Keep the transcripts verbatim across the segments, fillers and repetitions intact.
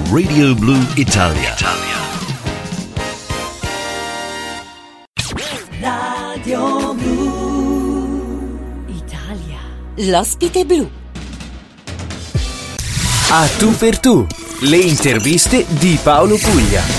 Radio Blu Italia. Radio Blu Italia. L'ospite blu. A tu per tu, le interviste di Paolo Puglia.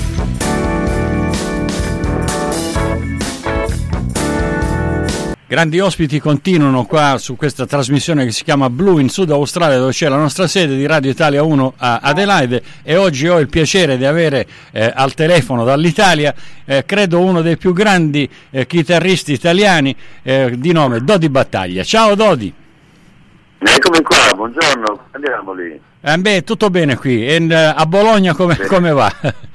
Grandi ospiti continuano qua su questa trasmissione che si chiama Blu in Sud Australia, dove c'è la nostra sede di Radio Italia uno a Adelaide, e oggi ho il piacere di avere eh, al telefono dall'Italia eh, credo uno dei più grandi eh, chitarristi italiani eh, di nome Dodi Battaglia. Ciao Dodi. Eccomi qua, buongiorno, andiamo lì. Eh, beh, tutto bene qui. E, eh, a Bologna come, come va?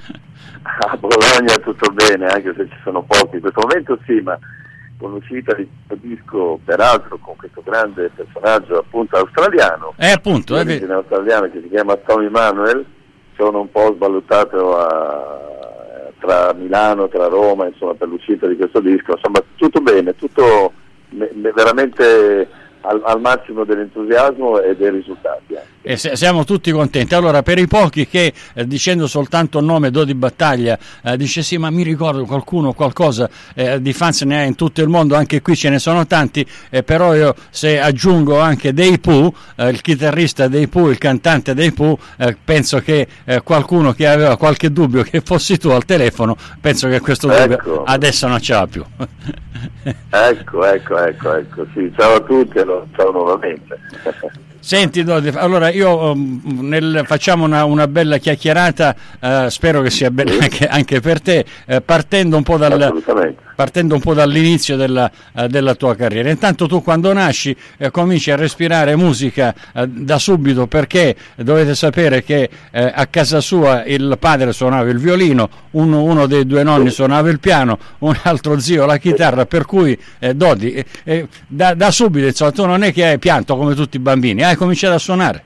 A Bologna tutto bene, anche se ci sono pochi in questo momento, sì, ma con l'uscita di questo disco, peraltro con questo grande personaggio appunto australiano, eh, appunto, di origine australiana, che si chiama Tommy Manuel, sono un po' svalutato a, tra Milano, tra Roma, insomma, per l'uscita di questo disco, insomma tutto bene, tutto me, me, veramente al, al massimo dell'entusiasmo e dei risultati. Eh. E se, siamo tutti contenti. Allora, per i pochi che eh, dicendo soltanto il nome Dodi Battaglia eh, dice sì, ma mi ricordo qualcuno, qualcosa eh, di fans ne ha in tutto il mondo, anche qui ce ne sono tanti, eh, però io se aggiungo anche dei Pooh, eh, il chitarrista dei Pooh, il cantante dei Pooh, eh, penso che eh, qualcuno che aveva qualche dubbio che fossi tu al telefono, penso che questo dubbio ecco. adesso non ce l'ha più. ecco, ecco, ecco, ecco, sì, ciao a tutti e ciao nuovamente. Senti Dodi, allora io um, nel, facciamo una, una bella chiacchierata, uh, spero che sia bella anche, anche per te, uh, partendo un po' dal, partendo un po' dall'inizio della, uh, della tua carriera. Intanto tu quando nasci uh, cominci a respirare musica uh, da subito, perché dovete sapere che uh, a casa sua il padre suonava il violino, uno, uno dei due nonni suonava il piano, un altro zio la chitarra, per cui uh, Dodi, eh, eh, da, da subito insomma, tu non è che hai pianto come tutti i bambini, hai cominciato a suonare.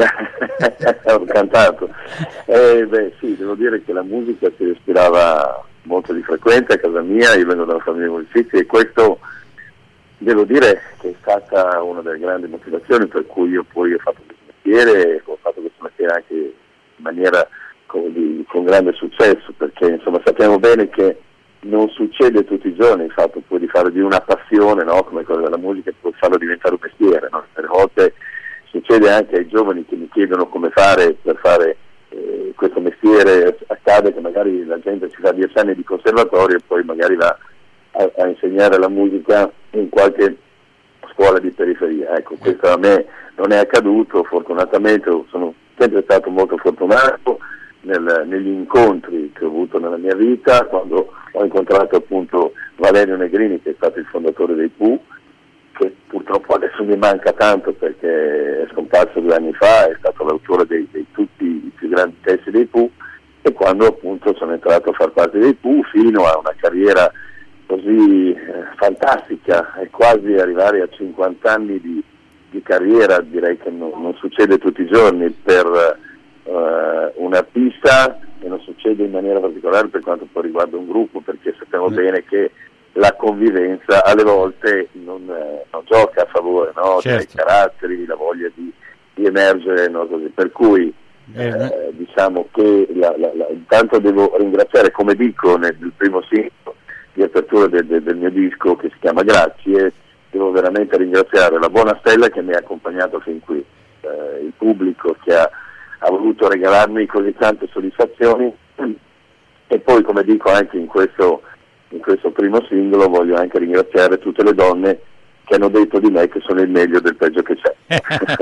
Ho cantato. Eh, beh, sì, devo dire che la musica si respirava molto di frequente a casa mia, io vengo da una famiglia musicisti e questo devo dire che è stata una delle grandi motivazioni per cui io poi ho fatto questo mestiere e ho fatto questo mestiere anche in maniera con, di, con grande successo, perché insomma sappiamo bene che non succede tutti i giorni il fatto poi di fare di una passione, no? Come quella della musica, puoi farlo diventare un mestiere, no? Per volte succede anche ai giovani che mi chiedono come fare per fare eh, questo mestiere, accade che magari la gente ci fa dieci anni di conservatorio e poi magari va a, a insegnare la musica in qualche scuola di periferia. Ecco, questo a me non è accaduto, fortunatamente sono sempre stato molto fortunato nel, negli incontri che ho avuto nella mia vita, quando ho incontrato appunto Valerio Negrini, che è stato il fondatore dei Pooh, che purtroppo adesso mi manca tanto perché è scomparso due anni fa, è stato l'autore dei, dei tutti i più grandi testi dei Pooh, e quando appunto sono entrato a far parte dei Pooh fino a una carriera così eh, fantastica e quasi arrivare a cinquanta anni di, di carriera, direi che non, non succede tutti i giorni per eh, un artista, e non succede in maniera particolare per quanto poi riguarda un gruppo, perché sappiamo mm. bene che la convivenza alle volte non, eh, non gioca a favore, no? Certo. Cioè, i caratteri, la voglia di, di emergere, no? Così. Per cui eh, eh, diciamo che la, la, la, intanto devo ringraziare, come dico nel, nel primo singolo di apertura del, del, del mio disco che si chiama Grazie, devo veramente ringraziare la buona stella che mi ha accompagnato fin qui, eh, il pubblico che ha, ha voluto regalarmi così tante soddisfazioni, e poi come dico anche in questo in questo primo singolo voglio anche ringraziare tutte le donne che hanno detto di me che sono il meglio del peggio che c'è.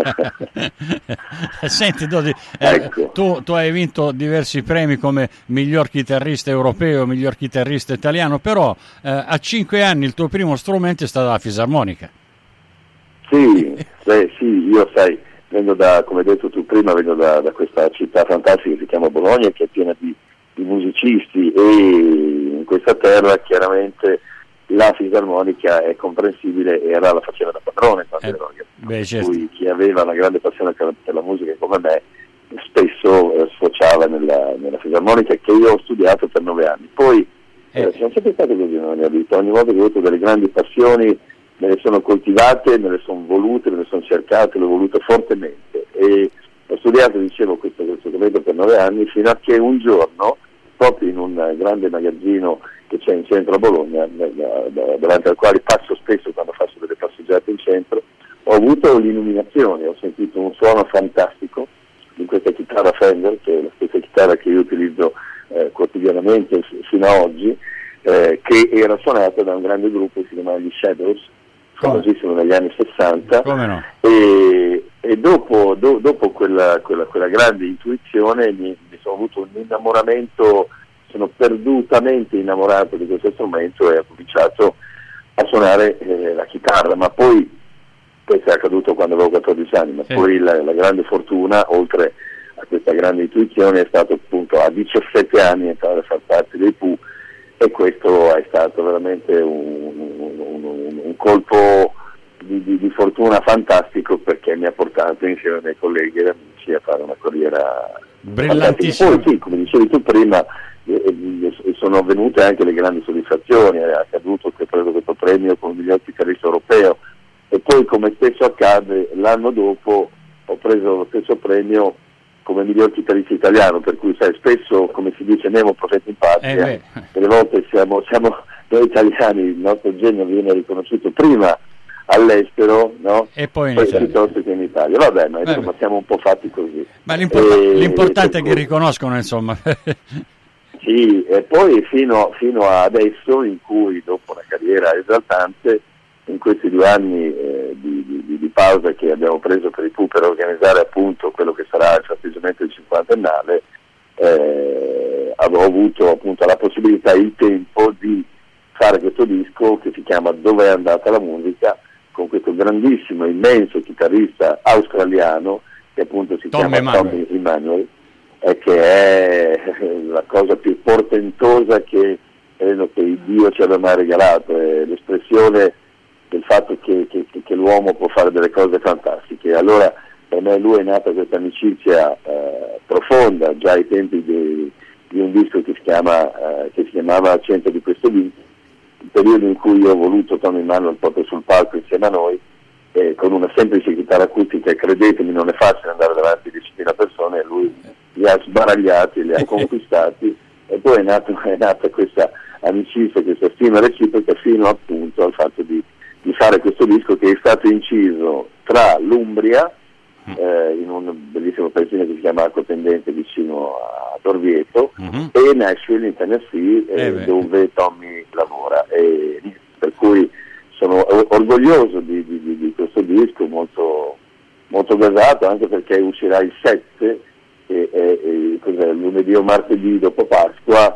Senti Dodi, eh, ecco. tu, tu hai vinto diversi premi come miglior chitarrista europeo, miglior chitarrista italiano, però eh, a cinque anni il tuo primo strumento è stata la fisarmonica. Sì, beh, sì, io sai, vengo da, come hai detto tu prima, vengo da, da questa città fantastica che si chiama Bologna, che è piena di, di musicisti, e in questa terra chiaramente la fisarmonica è comprensibile, era la faceva da padrone, eh, beh, certo. Cui chi aveva una grande passione per, per la musica come me spesso eh, sfociava nella, nella fisarmonica, che io ho studiato per nove anni. Poi eh. Eh, sono sempre stato così nella mia vita, ogni volta che ho avuto delle grandi passioni me le sono coltivate, me le sono volute, me le sono cercate, le ho volute fortemente, e ho studiato, dicevo, questo, questo strumento per nove anni, fino a che un giorno, proprio in un grande magazzino che c'è in centro a Bologna, davanti al quale passo spesso quando faccio delle passeggiate in centro, ho avuto l'illuminazione, ho sentito un suono fantastico di questa chitarra Fender, che è la stessa chitarra che io utilizzo eh, quotidianamente fino a oggi, eh, che era suonata da un grande gruppo che si chiamava gli Shadows, famosissimo negli anni sessanta. Come no? E, e dopo, do, dopo quella, quella, quella grande intuizione mi, mi sono avuto un innamoramento, sono perdutamente innamorato di questo strumento e ho cominciato a suonare eh, la chitarra, ma poi questo è accaduto quando avevo quattordici anni, ma sì. Poi la, la grande fortuna, oltre a questa grande intuizione, è stato appunto a diciassette anni entrare a far parte dei Pooh, e questo è stato veramente un, un, un, un colpo di, di, di fortuna fantastico, perché mi ha portato insieme ai miei colleghi e amici a fare una carriera brillantissima. Poi sì, come dicevi tu prima, eh, eh, sono avvenute anche le grandi soddisfazioni, è accaduto che ho preso questo premio come miglior chitarrista europeo, e poi, come spesso accade, l'anno dopo ho preso lo stesso premio come miglior chitarrista italiano, per cui sai, spesso, come si dice, nemo profeti in patria, eh delle volte siamo, siamo noi italiani, il nostro genio viene riconosciuto prima all'estero, no? E poi in poi Italia. piuttosto che in Italia. Vabbè, ma insomma siamo un po' fatti così. Ma l'import- e, l'importante e è che riconoscono, insomma. Sì, e poi fino, fino a adesso, in cui dopo una carriera esaltante, in questi due anni eh, di, di, di pausa che abbiamo preso per i Pooh per organizzare appunto quello che sarà il festeggiamento del cinquantennale, eh, avevo avuto appunto la possibilità e il tempo di fare questo disco che si chiama Dove è andata la musica, con questo grandissimo, immenso chitarrista australiano che appunto si Tom chiama Emanuel. Tommy Emanuel, e che è la cosa più portentosa che credo che Dio ci abbia mai regalato, è l'espressione del fatto che, che, che l'uomo può fare delle cose fantastiche. Allora per me lui è nata questa amicizia eh, profonda già ai tempi di, di un disco che si, chiama, eh, che si chiamava Cento di questo disco, il periodo in cui io ho voluto Tommy Emanuel proprio sul palco insieme a noi, eh, con una semplice chitarra acustica, e credetemi non è facile andare davanti a diecimila persone, e lui li ha sbaragliati, li ha conquistati, e poi è, nato, è nata questa amicizia, questa stima reciproca, fino appunto al fatto di di fare questo disco, che è stato inciso tra l'Umbria, eh, in un bellissimo paesino che si chiama Acqua Pendente vicino a Orvieto, mm-hmm. e Nashville in Tennessee, eh, eh dove Tommy lavora, e per cui sono orgoglioso di, di, di questo disco, molto, molto gasato, anche perché uscirà il sette, e, e, e, cos'è, lunedì o martedì dopo Pasqua,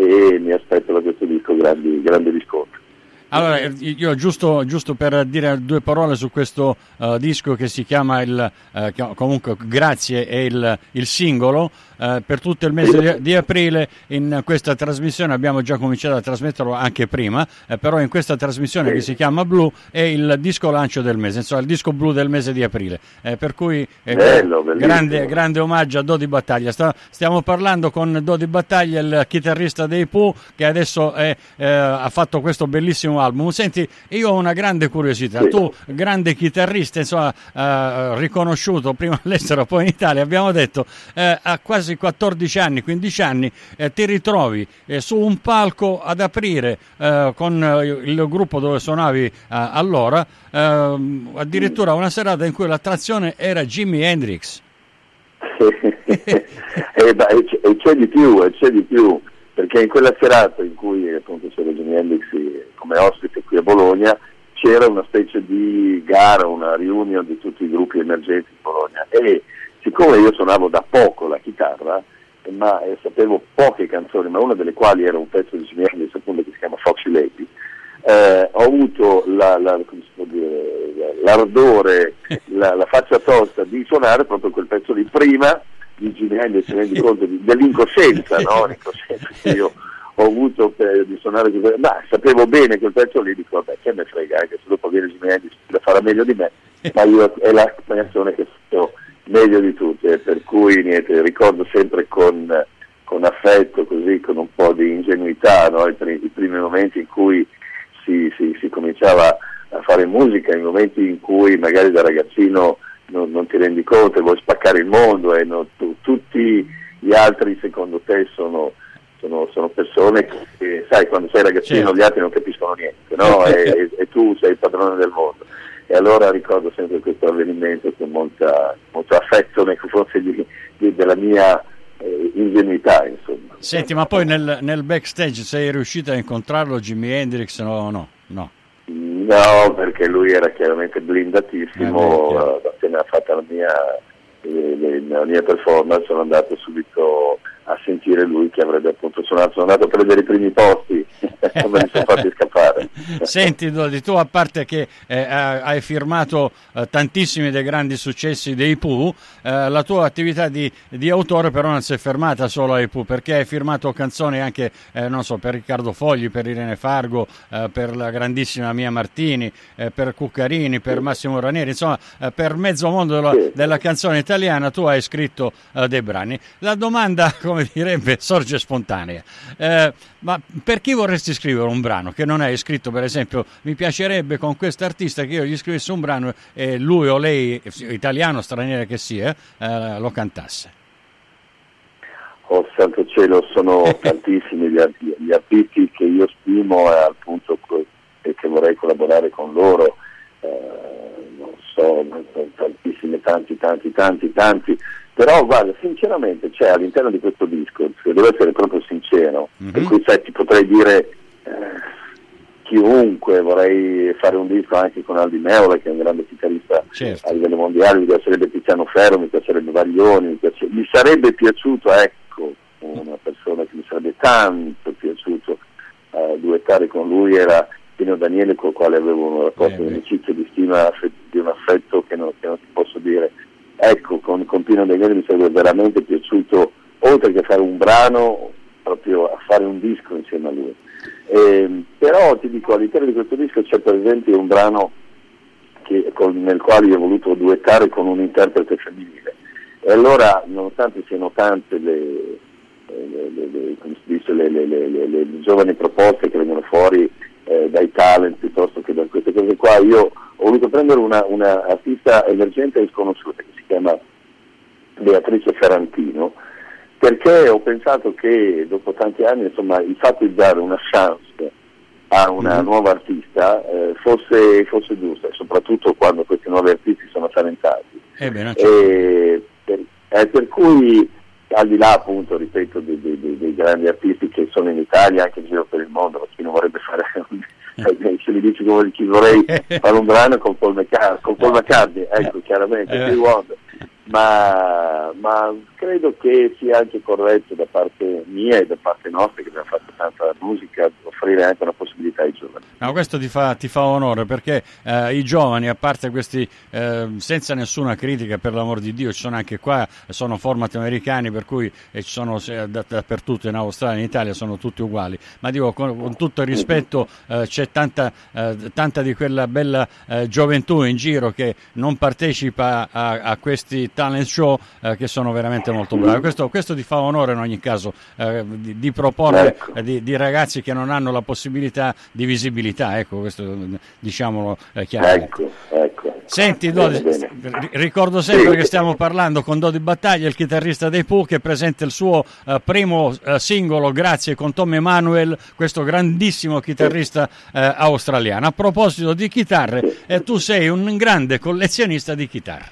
e mi aspetto da questo disco grandi, grandi riscontri. Allora, io giusto, giusto per dire due parole su questo uh, disco che si chiama il, uh, comunque Grazie è il, il singolo, uh, per tutto il mese di, di aprile in questa trasmissione abbiamo già cominciato a trasmetterlo anche prima, eh, però in questa trasmissione che si chiama Blu è il disco lancio del mese, insomma il disco blu del mese di aprile, eh, per cui eh, Bello, grande, grande omaggio a Dodi Battaglia. Sta, stiamo parlando con Dodi Battaglia, il chitarrista dei Pooh, che adesso è, eh, ha fatto questo bellissimo album. Senti, io ho una grande curiosità, sì. Tu grande chitarrista, insomma, eh, riconosciuto prima all'estero poi in Italia, abbiamo detto eh, a quasi quattordici anni, quindici anni, eh, ti ritrovi eh, su un palco ad aprire eh, con eh, il gruppo dove suonavi eh, allora, eh, addirittura una serata in cui l'attrazione era Jimi Hendrix. e, beh, e c'è di più, e c'è di più. Perché in quella serata in cui appunto c'era Jimi Hendrix come ospite qui a Bologna, c'era una specie di gara, una riunione di tutti i gruppi emergenti di Bologna, e siccome io suonavo da poco la chitarra, ma eh, sapevo poche canzoni, ma una delle quali era un pezzo di Jimi Hendrix appunto che si chiama Foxy Lady, eh, ho avuto la, la, come si può dire, l'ardore, la, la faccia tosta di suonare proprio quel pezzo lì prima di Jimi Hendrix, rendi conto di, dell'incoscienza, no? L'incoscienza che io ho avuto per, di suonare, ma sapevo bene quel pezzo lì, dico vabbè, che me frega, anche se dopo viene Jimi Hendrix la farà meglio di me, ma io è la canzone che faccio meglio di tutte, per cui niente, ricordo sempre con, con affetto, così, con un po' di ingenuità, no? I, pr- i primi momenti in cui si, si, si cominciava a fare musica, i momenti in cui magari da ragazzino Non, non ti rendi conto e vuoi spaccare il mondo, e no, tu, tutti tutti gli altri secondo te sono, sono, sono persone che, che, sai, quando sei ragazzino certo. Gli altri non capiscono niente, no? e, e tu sei il padrone del mondo. E allora ricordo sempre questo avvenimento con molta, molto affetto nei confronti di, di, della mia eh, ingenuità, insomma. Senti, ma poi nel, nel backstage sei riuscito a incontrarlo Jimi Hendrix o no? No. No, perché lui era chiaramente blindatissimo, eh, appena fatta la mia, eh, la mia performance sono andato subito a sentire lui che avrebbe appunto suonato, sono andato a prendere i primi posti e me li sono fatti scappare. Senti Dodi, tu a parte che eh, hai firmato eh, tantissimi dei grandi successi dei Pooh, eh, la tua attività di, di autore però non si è fermata solo ai Pooh, perché hai firmato canzoni anche eh, non so, per Riccardo Fogli, per Irene Fargo, eh, per la grandissima Mia Martini, eh, per Cuccarini, per Massimo Ranieri, insomma eh, per mezzo mondo della, della canzone italiana tu hai scritto eh, dei brani. La domanda, come direbbe, sorge spontanea. Eh, ma per chi vorresti scrivere un brano che non hai scritto? Per esempio, mi piacerebbe con questo artista che io gli scrivessi un brano e lui o lei, italiano o straniero che sia, eh, lo cantasse. Oh santo cielo, sono tantissimi gli, gli artisti che io stimo e al punto che, che vorrei collaborare con loro. Eh, non so, tantissimi, tanti, tanti, tanti, tanti. Però guarda, sinceramente c'è all'interno di questo disco, se devo essere proprio sincero, mm-hmm. per cui sai, ti potrei dire eh, chiunque, vorrei fare un disco anche con Aldi Meola, che è un grande chitarrista certo. a livello mondiale, mi piacerebbe Tiziano Ferro, mi piacerebbe Baglioni, mi, piace... mi sarebbe piaciuto, ecco, una persona che mi sarebbe tanto piaciuto eh, duettare con lui era Pino Daniele, con il quale avevo un rapporto di amicizia, di stima, di un affetto che non, che non ti posso dire. Ecco, con, con Pino Daniele mi sarebbe veramente piaciuto, oltre che fare un brano, proprio a fare un disco insieme a lui. Eh, però ti dico, all'interno di questo disco c'è per esempio un brano che, con, nel quale io ho voluto duettare con un interprete femminile. E allora, nonostante siano tante le, le, le, le, come si dice, le, le, le, le, le giovani proposte che vengono fuori eh, dai talent piuttosto che da queste cose qua, io ho voluto prendere una, una artista emergente e sconosciuta che si chiama Beatrice Ferrantino, perché ho pensato che dopo tanti anni, insomma, il fatto di dare una chance a una mm-hmm. nuova artista eh, fosse, fosse giusta, soprattutto quando questi nuovi artisti sono talentati. Eh beh, e per, eh, per cui, al di là appunto, ripeto, dei, dei, dei grandi artisti che sono in Italia, anche in giro per il mondo, chi non vorrebbe fare un se mi dici come chi vorrei fare un brano con Paul McCartney, con Paul McCartney ecco, chiaramente, ma, ma credo che sia anche corretto da parte mia e da parte nostra, che abbiamo fatto tanta musica, offrire anche una possibilità ai giovani. No, questo ti fa, ti fa onore, perché eh, i giovani, a parte questi, eh, senza nessuna critica, per l'amor di Dio, ci sono anche qua, sono format americani, per cui e ci sono eh, dappertutto, in Australia, in Italia, sono tutti uguali, ma dico, con, con tutto il rispetto, eh, c'è tanta, eh, tanta di quella bella eh, gioventù in giro che non partecipa a, a questi talent show eh, che sono veramente molto bravi. Questo, questo ti fa onore in ogni caso, eh, di, di proporre ecco. eh, di, di ragazzi che non hanno la possibilità di visibilità, ecco, questo diciamolo eh, chiaramente. Ecco, ecco. Senti Dodi, bene, bene. ricordo sempre sì. che stiamo parlando con Dodi Battaglia, il chitarrista dei Pooh, che presenta il suo eh, primo eh, singolo, Grazie, con Tom Emanuel, questo grandissimo chitarrista eh, australiano. A proposito di chitarre, sì. eh, tu sei un grande collezionista di chitarre.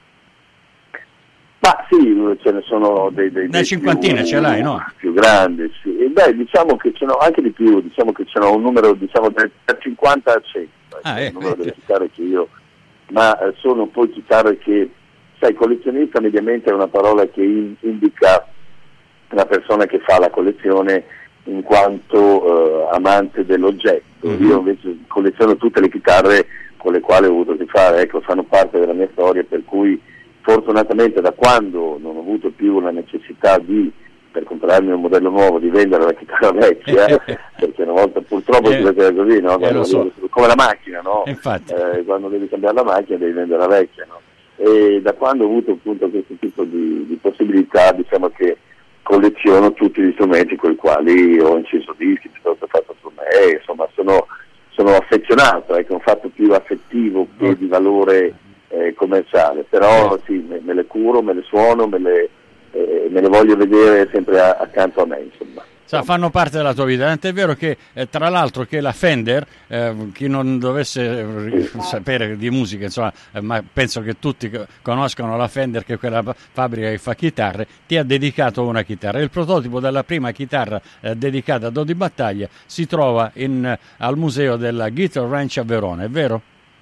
Ma sì, ce ne sono dei, dei, Una dei cinquantina più, ce l'hai, no? Più grandi, sì. E beh, diciamo che ce n'ho anche di più, diciamo che ce n'ho un numero, diciamo, da cinquanta a cento, ah, è eh, il numero eh, delle chitarre che io, ma eh, sono poi chitarre che, sai, collezionista mediamente è una parola che in, indica la persona che fa la collezione in quanto eh, amante dell'oggetto. Mm-hmm. Io invece colleziono tutte le chitarre con le quali ho avuto a che fare, ecco, fanno parte della mia storia, per cui fortunatamente da quando non ho avuto più la necessità di, per comprarmi un modello nuovo, di vendere la chitarra vecchia, perché una volta purtroppo eh, si vede così, no? Eh, so. Come la macchina, no? Infatti. Eh, quando devi cambiare la macchina devi vendere la vecchia, no? E da quando ho avuto appunto questo tipo di, di possibilità, diciamo che colleziono tutti gli strumenti con i quali ho inciso dischi, piuttosto ho fatto tournée, insomma sono, sono affezionato, ecco, un fatto più affettivo che di valore Eh, commerciale, però sì, me, me le curo, me le suono, me le, eh, me le voglio vedere sempre a, accanto a me, insomma. Sa, fanno parte della tua vita, tant'è vero che eh, tra l'altro che la Fender, eh, chi non dovesse eh, sapere di musica, insomma, eh, ma penso che tutti conoscano la Fender, che è quella fabbrica che fa chitarre, ti ha dedicato una chitarra. Il prototipo della prima chitarra eh, dedicata a Dodi Battaglia si trova in, eh, al museo della Guitar Ranch a Verona, è vero?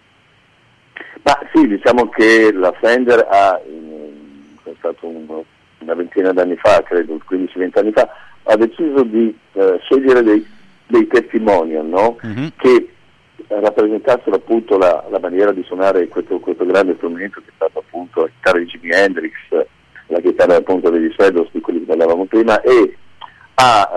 Ma sì, diciamo che la Fender ha, è stato un, una ventina d'anni fa, credo, quindici venti anni fa, ha deciso di eh, scegliere dei, dei testimonial, no? Mm-hmm. Che rappresentassero appunto la, la maniera di suonare questo, questo grande strumento, che è stato appunto la chitarra di Jimi Hendrix, la chitarra appunto degli Shadows, di quelli che parlavamo prima, e ha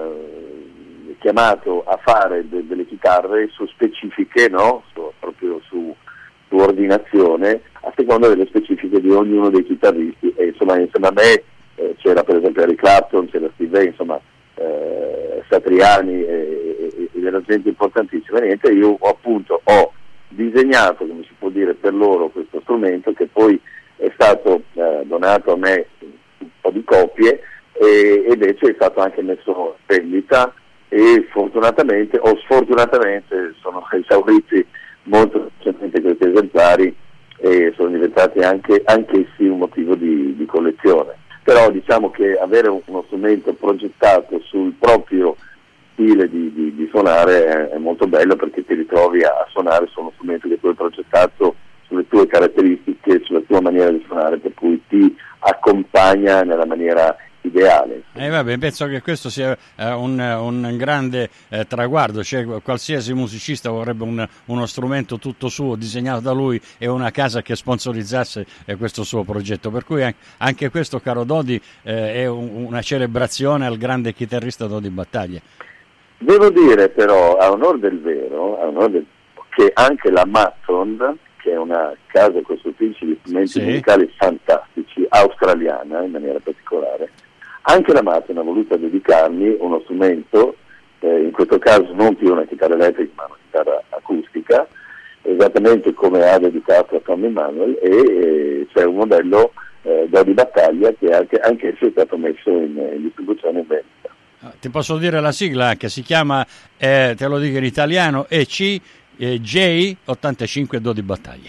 eh, chiamato a fare de, delle chitarre su specifiche, no? Su, proprio su, su ordinazione, a seconda delle specifiche di ognuno dei chitarristi, e insomma insieme a me Eh, c'era per esempio Eric Clapton, c'era Steve Vai, insomma eh, Satriani e, e, ed era gente importantissima. Niente, io appunto ho disegnato, come si può dire, per loro questo strumento, che poi è stato eh, donato a me un po' di copie, e invece è stato anche messo in vendita, e fortunatamente o sfortunatamente sono esauriti molto recentemente questi esemplari, e sono diventati anche anch'essi un motivo di, di collezione. Però diciamo che avere uno strumento progettato sul proprio stile di, di, di suonare è, è molto bello, perché ti ritrovi a, a suonare su uno strumento che tu hai progettato sulle tue caratteristiche, sulla tua maniera di suonare, per cui ti accompagna nella maniera ideale. Eh, vabbè, penso che questo sia eh, un, un grande eh, traguardo, cioè qualsiasi musicista vorrebbe un, uno strumento tutto suo, disegnato da lui, e una casa che sponsorizzasse eh, questo suo progetto, per cui anche, anche questo, caro Dodi, eh, è un, una celebrazione al grande chitarrista Dodi Battaglia. Devo dire però, a onor del vero, a onor del, che anche la Matton, che è una casa costruttrice di strumenti sì. musicali fantastici, australiana in maniera particolare, anche la Martin ha voluto dedicarmi uno strumento, eh, in questo caso non più una chitarra elettrica ma una chitarra acustica, esattamente come ha dedicato a Tommy Emmanuel, e eh, c'è un modello eh, Dodi Battaglia che anche, anche esso è stato messo in, in distribuzione in vendita. Ti posso dire la sigla, che si chiama, eh, te lo dico in italiano, E C J ottantacinque Dodi Battaglia.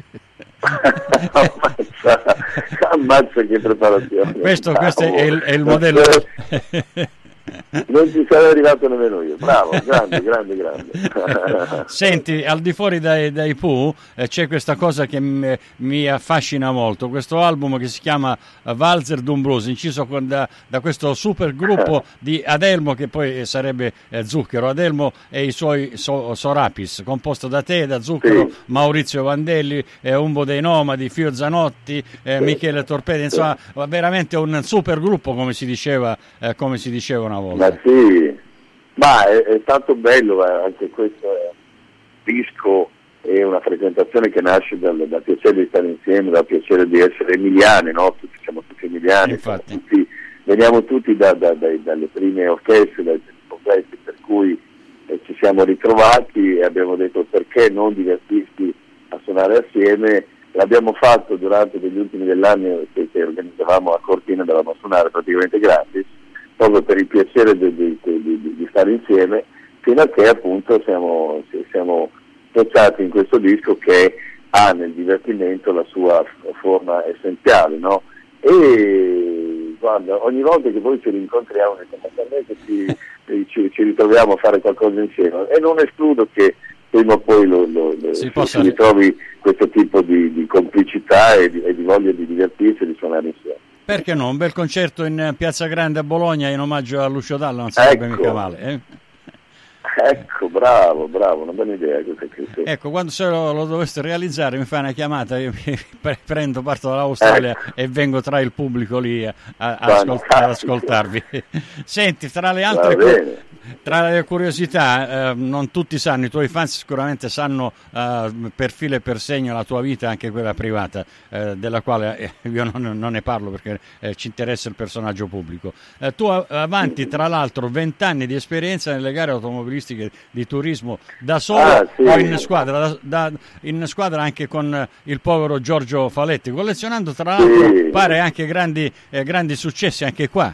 ammazza, ammazza che preparazione. Questo, questo è, il, è il modello. Non ci sarei arrivato nemmeno io. Bravo, grande, grande, grande. Senti, al di fuori dai, dai Pooh eh, c'è questa cosa che m- mi affascina molto, questo album che si chiama Walzer d'un Blues, inciso con, da, da questo super gruppo di Adelmo, che poi sarebbe eh, Zucchero, Adelmo e i suoi so- Sorapis, composto da te, da Zucchero, sì. Maurizio Vandelli, eh, Umbo dei Nomadi, Fio Zanotti, eh, sì. Michele Torpedi, insomma sì. veramente un super gruppo, come si diceva, eh, come si diceva una volta. Ma sì, ma è, è stato bello, eh, anche questo è un disco, è una presentazione che nasce dal, dal piacere di stare insieme, dal piacere di essere emiliani, no? Tutti, siamo tutti emiliani, siamo tutti, veniamo tutti da, da, da, dalle prime orchestre, dai primi progetti, per cui eh, ci siamo ritrovati e abbiamo detto perché non divertirsi a suonare assieme. L'abbiamo fatto durante degli ultimi dell'anno che, che organizzavamo a Cortina, dovevamo suonare praticamente gratis, proprio per il piacere di, di, di, di stare insieme, fino a che appunto siamo, siamo speciati in questo disco che ha nel divertimento la sua forma essenziale, no? E guarda, ogni volta che poi ci rincontriamo ci, ci, ci ritroviamo a fare qualcosa insieme, e non escludo che prima o poi lo, lo, lo, si, si, si ritrovi questo tipo di, di complicità e di, e di voglia di divertirsi e di suonare insieme. Perché no? Un bel concerto in Piazza Grande a Bologna in omaggio a Lucio Dalla non sarebbe ecco. mica male. Eh? Ecco, bravo, bravo, una buona idea. Sì. Ecco, quando se lo, lo doveste realizzare mi fai una chiamata, io mi prendo, parto dall'Australia ecco. e vengo tra il pubblico lì a, a, a ascolt- ad ascoltarvi. Senti, tra le altre cose... Tra le curiosità, eh, non tutti sanno, i tuoi fans sicuramente sanno eh, per filo e per segno la tua vita, anche quella privata, eh, della quale eh, io non, non ne parlo perché eh, ci interessa il personaggio pubblico. Eh, tu avanti tra l'altro vent'anni di esperienza nelle gare automobilistiche agonistiche di turismo da solo ah, sì. o in squadra, da, da, in squadra anche con il povero Giorgio Faletti, collezionando tra l'altro sì. pare anche grandi, eh, grandi successi anche qua.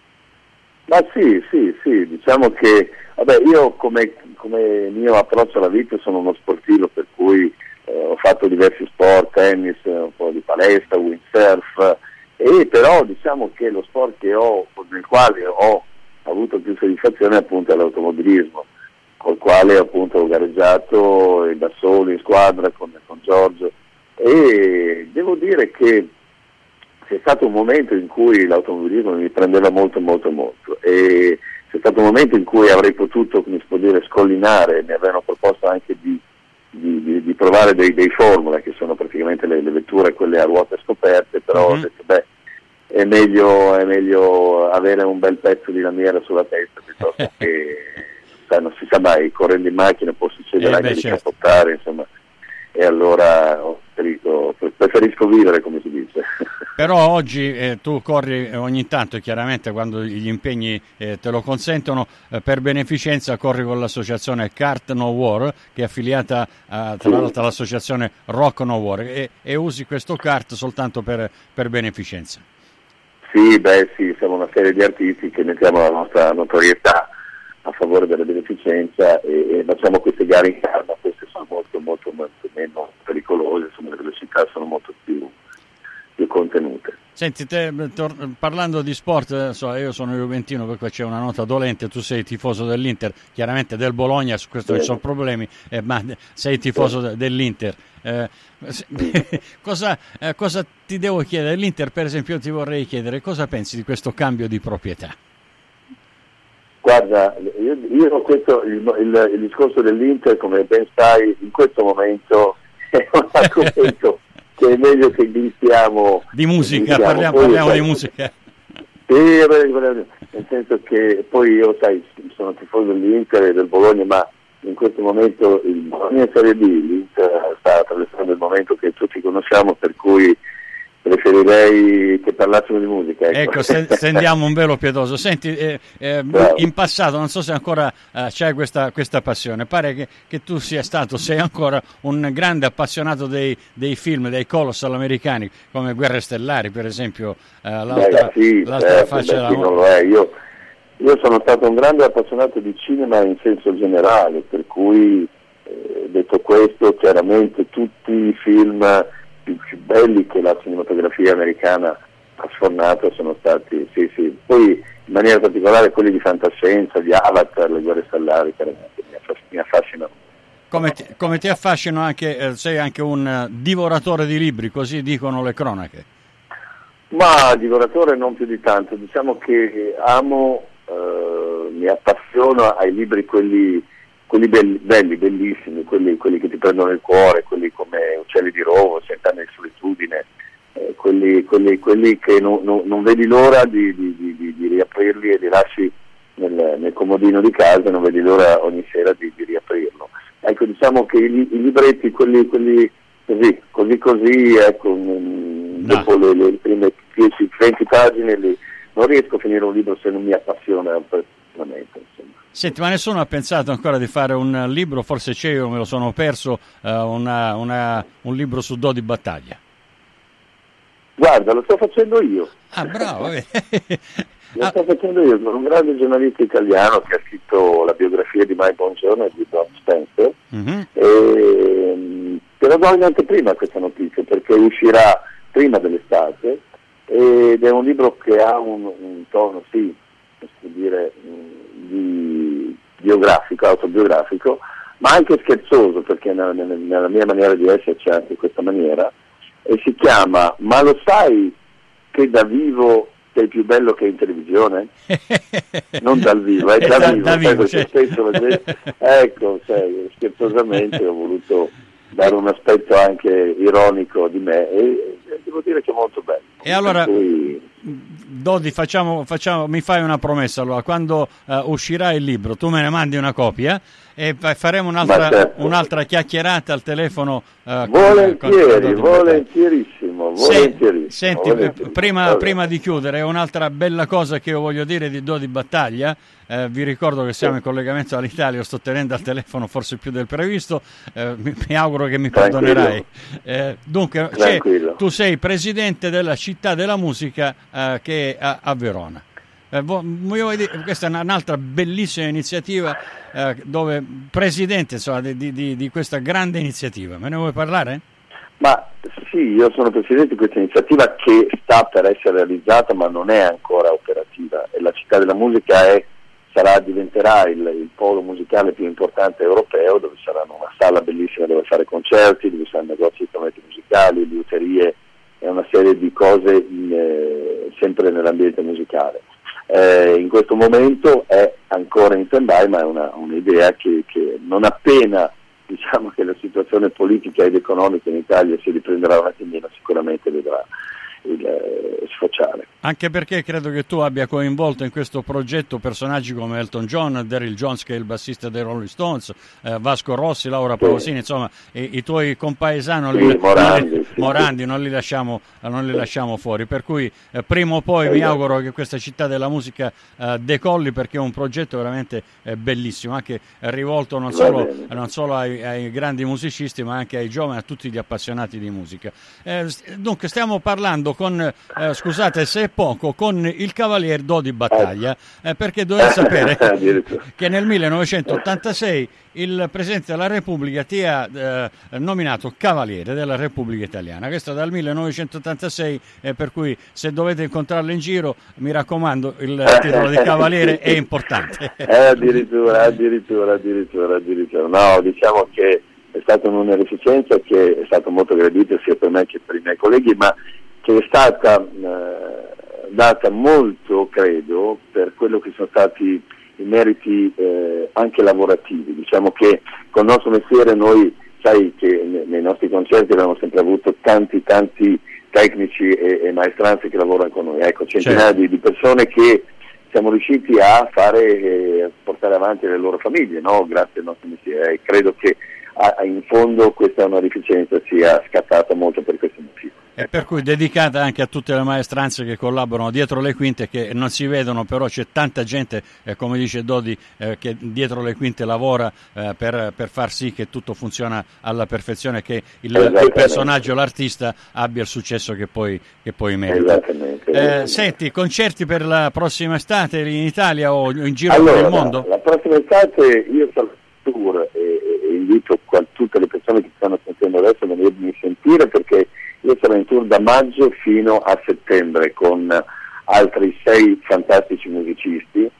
Ma sì, sì, sì, diciamo che vabbè, io come, come mio approccio alla vita sono uno sportivo, per cui eh, ho fatto diversi sport, tennis, un po' di palestra, windsurf, e però diciamo che lo sport che ho, nel quale ho avuto più soddisfazione appunto è l'automobilismo, col quale appunto ho gareggiato da solo in squadra con, con Giorgio, e devo dire che c'è stato un momento in cui l'automobilismo mi prendeva molto molto molto, e c'è stato un momento in cui avrei potuto, come si può dire, scollinare, mi avevano proposto anche di, di, di, di provare dei, dei Formula, che sono praticamente le, le vetture quelle a ruote scoperte, però mm-hmm. ho detto beh, è meglio, è meglio avere un bel pezzo di lamiera sulla testa piuttosto che, sai, non si sa mai, correndo in macchina può succedere eh anche beh, di certo. capottare, insomma, e allora ho preferito, preferisco vivere, come si dice. Però oggi eh, tu corri ogni tanto, chiaramente quando gli impegni eh, te lo consentono, eh, per beneficenza corri con l'associazione Kart No War, che è affiliata a, tra l'altro all'associazione Rock No War, e, e usi questo kart soltanto per, per beneficenza. Sì, beh sì, siamo una serie di artisti che mettiamo la nostra notorietà a favore della beneficenza e, e facciamo queste gare in kart, ma queste sono molto molto, molto meno pericolose, insomma le velocità sono molto più più contenute. Senti, te, tor- parlando di sport, eh, so, io sono juventino, per cui c'è una nota dolente, tu sei tifoso dell'Inter, chiaramente del Bologna, su questo ci sono problemi, eh, ma sei tifoso de- dell'Inter. Eh, cosa, eh, cosa ti devo chiedere? L'Inter, per esempio, io ti vorrei chiedere cosa pensi di questo cambio di proprietà? Guarda, io, io questo, il, il, il discorso dell'Inter, come ben sai, in questo momento è un argomento che è meglio che glistiamo di musica, parliamo, poi, parliamo sai, di musica. Sì, nel senso che poi io sai, sono tifoso dell'Inter e del Bologna, ma in questo momento il Bologna è Serie B, l'Inter sta attraversando il momento che tutti conosciamo, per cui preferirei che parlassimo di musica. Ecco, ecco stendiamo un velo pietoso. Senti, eh, eh, in passato, non so se ancora eh, c'hai questa, questa passione, pare che, che tu sia stato, sei ancora un grande appassionato dei, dei film, dei colossal americani, come Guerre Stellari, per esempio, eh, l'altra, beh, sì, l'altra certo, faccia beh, della sì, non lo è. Io, io sono stato un grande appassionato di cinema in senso generale, per cui, eh, detto questo, chiaramente tutti i film più, più belli che la cinematografia americana ha sfornato sono stati, sì sì, poi in maniera particolare quelli di fantascienza, di Avatar, le Guerre Stellari, chiaramente mi, affas- mi affascinano. Come ti, come ti affascinano anche, eh, sei anche un uh, divoratore di libri, così dicono le cronache. Ma divoratore non più di tanto, diciamo che amo, eh, mi appassiono ai libri quelli quelli belli, belli, bellissimi, quelli, quelli che ti prendono il cuore, quelli come Uccelli di Rovo, Cent'anni di solitudine, eh, quelli, quelli, quelli che no, no, non vedi l'ora di, di, di, di riaprirli e li lasci nel, nel comodino di casa e non vedi l'ora ogni sera di, di riaprirlo. Ecco, diciamo che i, i libretti, quelli, quelli così, così così, ecco, no. dopo le, le prime dieci venti pagine li, non riesco a finire un libro se non mi appassiona personalmente, insomma. Senti, ma nessuno ha pensato ancora di fare un libro, forse c'è, io me lo sono perso, uh, una, una, un libro su Do di battaglia? Guarda, lo sto facendo io. Ah, bravo! Lo sto facendo io, sono un grande giornalista italiano che ha scritto la biografia di Mike Bongiorno e di Bob Spencer, mm-hmm. e, però do in anteprima questa notizia perché uscirà prima dell'estate ed è un libro che ha un, un tono, sì, posso dire, di biografico, autobiografico, ma anche scherzoso, perché nella, nella mia maniera di essere c'è anche questa maniera, e si chiama Ma lo sai che da vivo sei più bello che in televisione? Non dal vivo, è da, da vivo, da vivo cioè. Spesso, ecco, sai, scherzosamente ho voluto dare un aspetto anche ironico di me e, e devo dire che è molto bello. E allora, cui... Dodi, facciamo, facciamo, mi fai una promessa, allora, quando uh, uscirà il libro tu me ne mandi una copia e faremo un'altra, certo. un'altra chiacchierata al telefono. Uh, volentieri, con, con volentierissimo, Volentierissimo, volentierissimo. Senti, volentierissimo. Prima, prima di chiudere, un'altra bella cosa che io voglio dire di Do di Battaglia. Eh, vi ricordo che siamo in collegamento dall'Italia, sto tenendo al telefono forse più del previsto, eh, mi, mi auguro che mi perdonerai. Eh, dunque, c'è, tu sei presidente della Città della Musica eh, che è a, a Verona. Eh, vo, dire, questa è un'altra bellissima iniziativa eh, dove presidente insomma, di, di, di questa grande iniziativa. Me ne vuoi parlare? Ma sì, io sono presidente di questa iniziativa che sta per essere realizzata ma non è ancora operativa, e la Città della Musica è, sarà, diventerà il, il polo musicale più importante europeo, dove saranno una sala bellissima dove fare concerti, dove saranno negozi di strumenti musicali, liuterie e una serie di cose in, eh, sempre nell'ambiente musicale. Eh, in questo momento è ancora in stand-by, ma è una, un'idea che, che non appena diciamo che la situazione politica ed economica in Italia si riprenderà un attimino, sicuramente vedrà il eh, sfociare. Anche perché credo che tu abbia coinvolto in questo progetto personaggi come Elton John, Daryl Jones che è il bassista dei Rolling Stones, eh, Vasco Rossi, Laura Pausini, sì. Insomma i, i tuoi compaesani non, sì, li, Morandi, non, li, sì, Morandi, non li lasciamo, non li lasciamo fuori, per cui eh, prima o poi sì, mi auguro che questa Città della Musica eh, decolli, perché è un progetto veramente eh, bellissimo, anche rivolto non solo, non solo ai, ai grandi musicisti ma anche ai giovani, a tutti gli appassionati di musica. Eh, dunque stiamo parlando con, eh, scusate se è poco, con il Cavalier Do di Battaglia, eh, perché dovete sapere che nel millenovecentottantasei il Presidente della Repubblica ti ha eh, nominato Cavaliere della Repubblica Italiana. Questo dal millenovecentottantasei, eh, per cui se dovete incontrarlo in giro, mi raccomando, il titolo di Cavaliere è importante. Eh, addirittura, addirittura, addirittura, addirittura. No, diciamo che è stata un'onorificenza che è stata molto gradita sia per me che per i miei colleghi, ma che è stata eh, data molto, credo, per quello che sono stati i meriti eh, anche lavorativi. Diciamo che con il nostro mestiere noi, sai che nei nostri concerti abbiamo sempre avuto tanti tanti tecnici e, e maestranze che lavorano con noi, ecco, centinaia certo. di, di persone che siamo riusciti a fare e a portare avanti le loro famiglie, no? Grazie al nostro mestiere, e credo che a, in fondo questa onorificenza sia scattata molto per questo motivo. E per cui dedicata anche a tutte le maestranze che collaborano dietro le quinte, che non si vedono, però c'è tanta gente, eh, come dice Dodi, eh, che dietro le quinte lavora eh, per, per far sì che tutto funziona alla perfezione, che il, il personaggio, l'artista abbia il successo che poi, che poi merita. Esattamente, eh, esattamente. Senti, concerti per la prossima estate in Italia o in giro allora, per il mondo? La, la prossima estate io sarò in tour e, e invito tutte le persone che stanno sentendo adesso a venirmi a sentire, perché io sarò in tour da maggio fino a settembre con altri sei fantastici musicisti,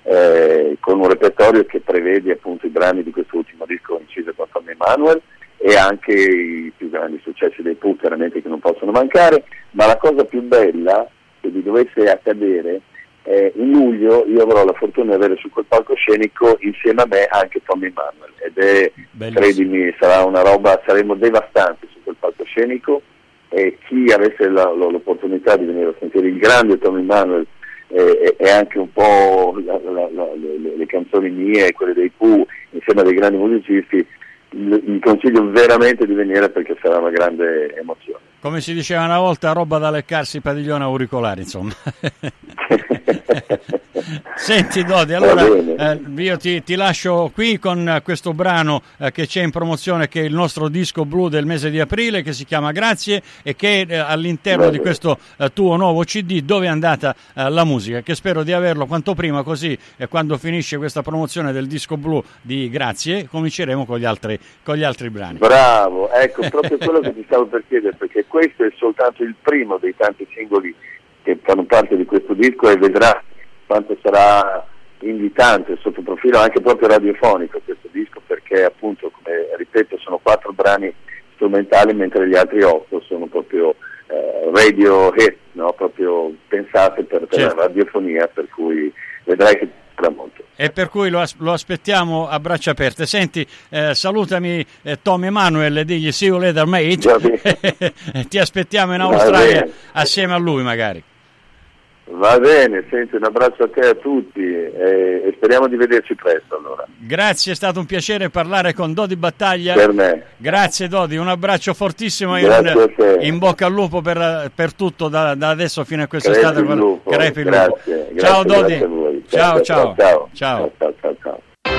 eh, con un repertorio che prevede appunto i brani di questo ultimo disco inciso con Tommy Emmanuel e anche i più grandi successi dei Pooh, chiaramente, che non possono mancare. Ma la cosa più bella che vi dovesse accadere è in luglio io avrò la fortuna di avere su quel palcoscenico insieme a me anche Tommy Emmanuel, ed è, bellissimo. Credimi, sarà una roba, saremo devastanti su quel palcoscenico. E chi avesse la, l'opportunità di venire a sentire il grande Tommy Emmanuel eh, e anche un po' la, la, la, le, le canzoni mie e quelle dei Pooh insieme a dei grandi musicisti, vi consiglio veramente di venire, perché sarà una grande emozione. Come si diceva una volta, roba da leccarsi padiglione auricolari, insomma. Senti Dodi, allora eh, io ti, ti lascio qui con questo brano eh, che c'è in promozione, che è il nostro disco blu del mese di aprile, che si chiama Grazie, e che è eh, all'interno di questo eh, tuo nuovo C D, Dove è andata eh, la musica, che spero di averlo quanto prima, così eh, quando finisce questa promozione del disco blu di Grazie cominceremo con gli altri, con gli altri brani. Bravo, ecco, proprio quello che ti stavo per chiedere, perché questo è soltanto il primo dei tanti singoli che fanno parte di questo disco, e vedrà quanto sarà invitante sotto profilo anche proprio radiofonico questo disco, perché appunto, come ripeto, sono quattro brani strumentali, mentre gli altri otto sono proprio eh, radio hit, no? Proprio pensate per, per certo. la radiofonia, per cui vedrai che sarà molto. E per cui lo, as- lo aspettiamo a braccia aperte. Senti, eh, salutami eh, Tommy Emmanuel e digli see you later mate. Ti aspettiamo in Australia assieme a lui magari. Va bene, senti, un abbraccio a te e a tutti e, e speriamo di vederci presto allora. Grazie, è stato un piacere parlare con Dodi Battaglia. Per me. Grazie Dodi, un abbraccio fortissimo e in, in bocca al lupo per, per tutto da, da adesso fino a quest'estate. Crepi il lupo. Crepi il Grazie, lupo. grazie, Ciao Dodi. Grazie a voi. Ciao, ciao. Ciao. Ciao. Ciao, ciao, ciao, ciao.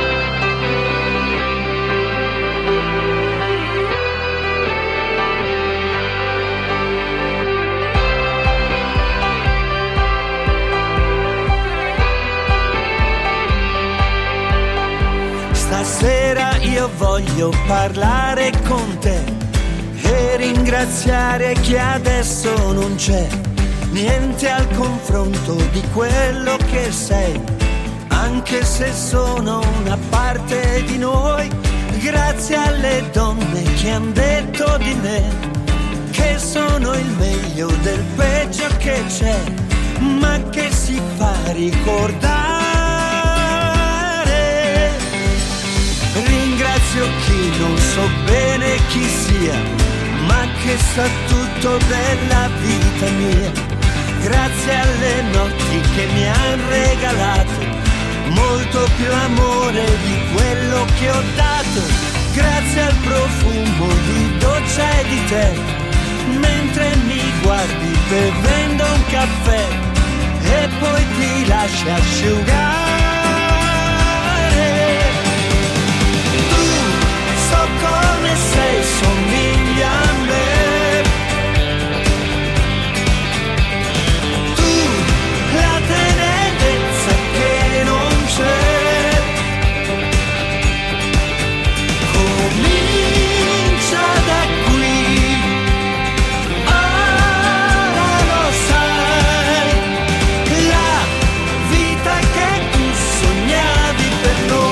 Stasera io voglio parlare con te e ringraziare chi adesso non c'è. Niente al confronto di quello che sei, anche se sono una parte di noi. Grazie alle donne che han detto di me che sono il meglio del peggio che c'è, ma che si fa ricordare. Ringrazio chi non so bene chi sia, ma che sa tutto della vita mia. Grazie alle notti che mi han regalato molto più amore di quello che ho dato. Grazie al profumo di doccia e di te, mentre mi guardi bevendo un caffè e poi ti lasci asciugare. Come sei, somigli a me. Tu, la tenerezza che non c'è. Comincia da qui. Ora lo sai, la vita che tu sognavi per noi.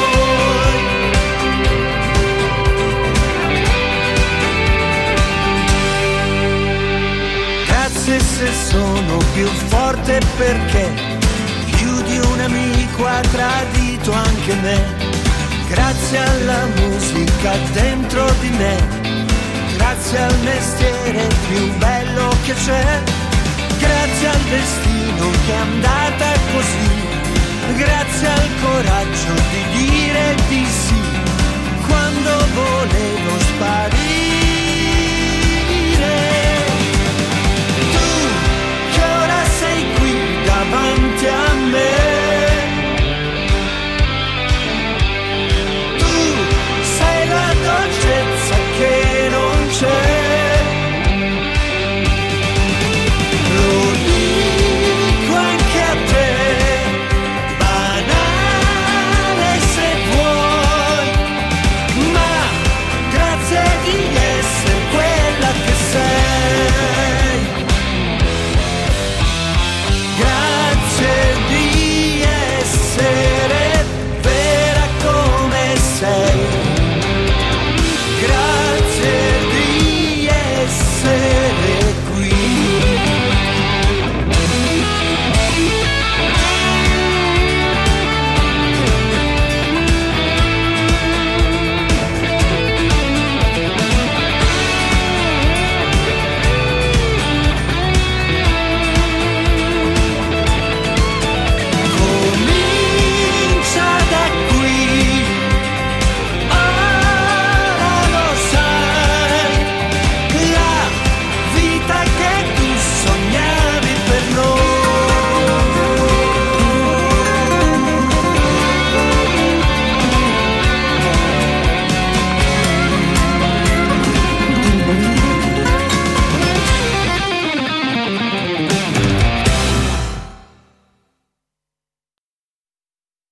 Se sono più forte perché più di un amico ha tradito anche me. Grazie alla musica dentro di me, grazie al mestiere più bello che c'è, grazie al destino che è andata così, grazie al coraggio di dire di sì quando volevo sparire.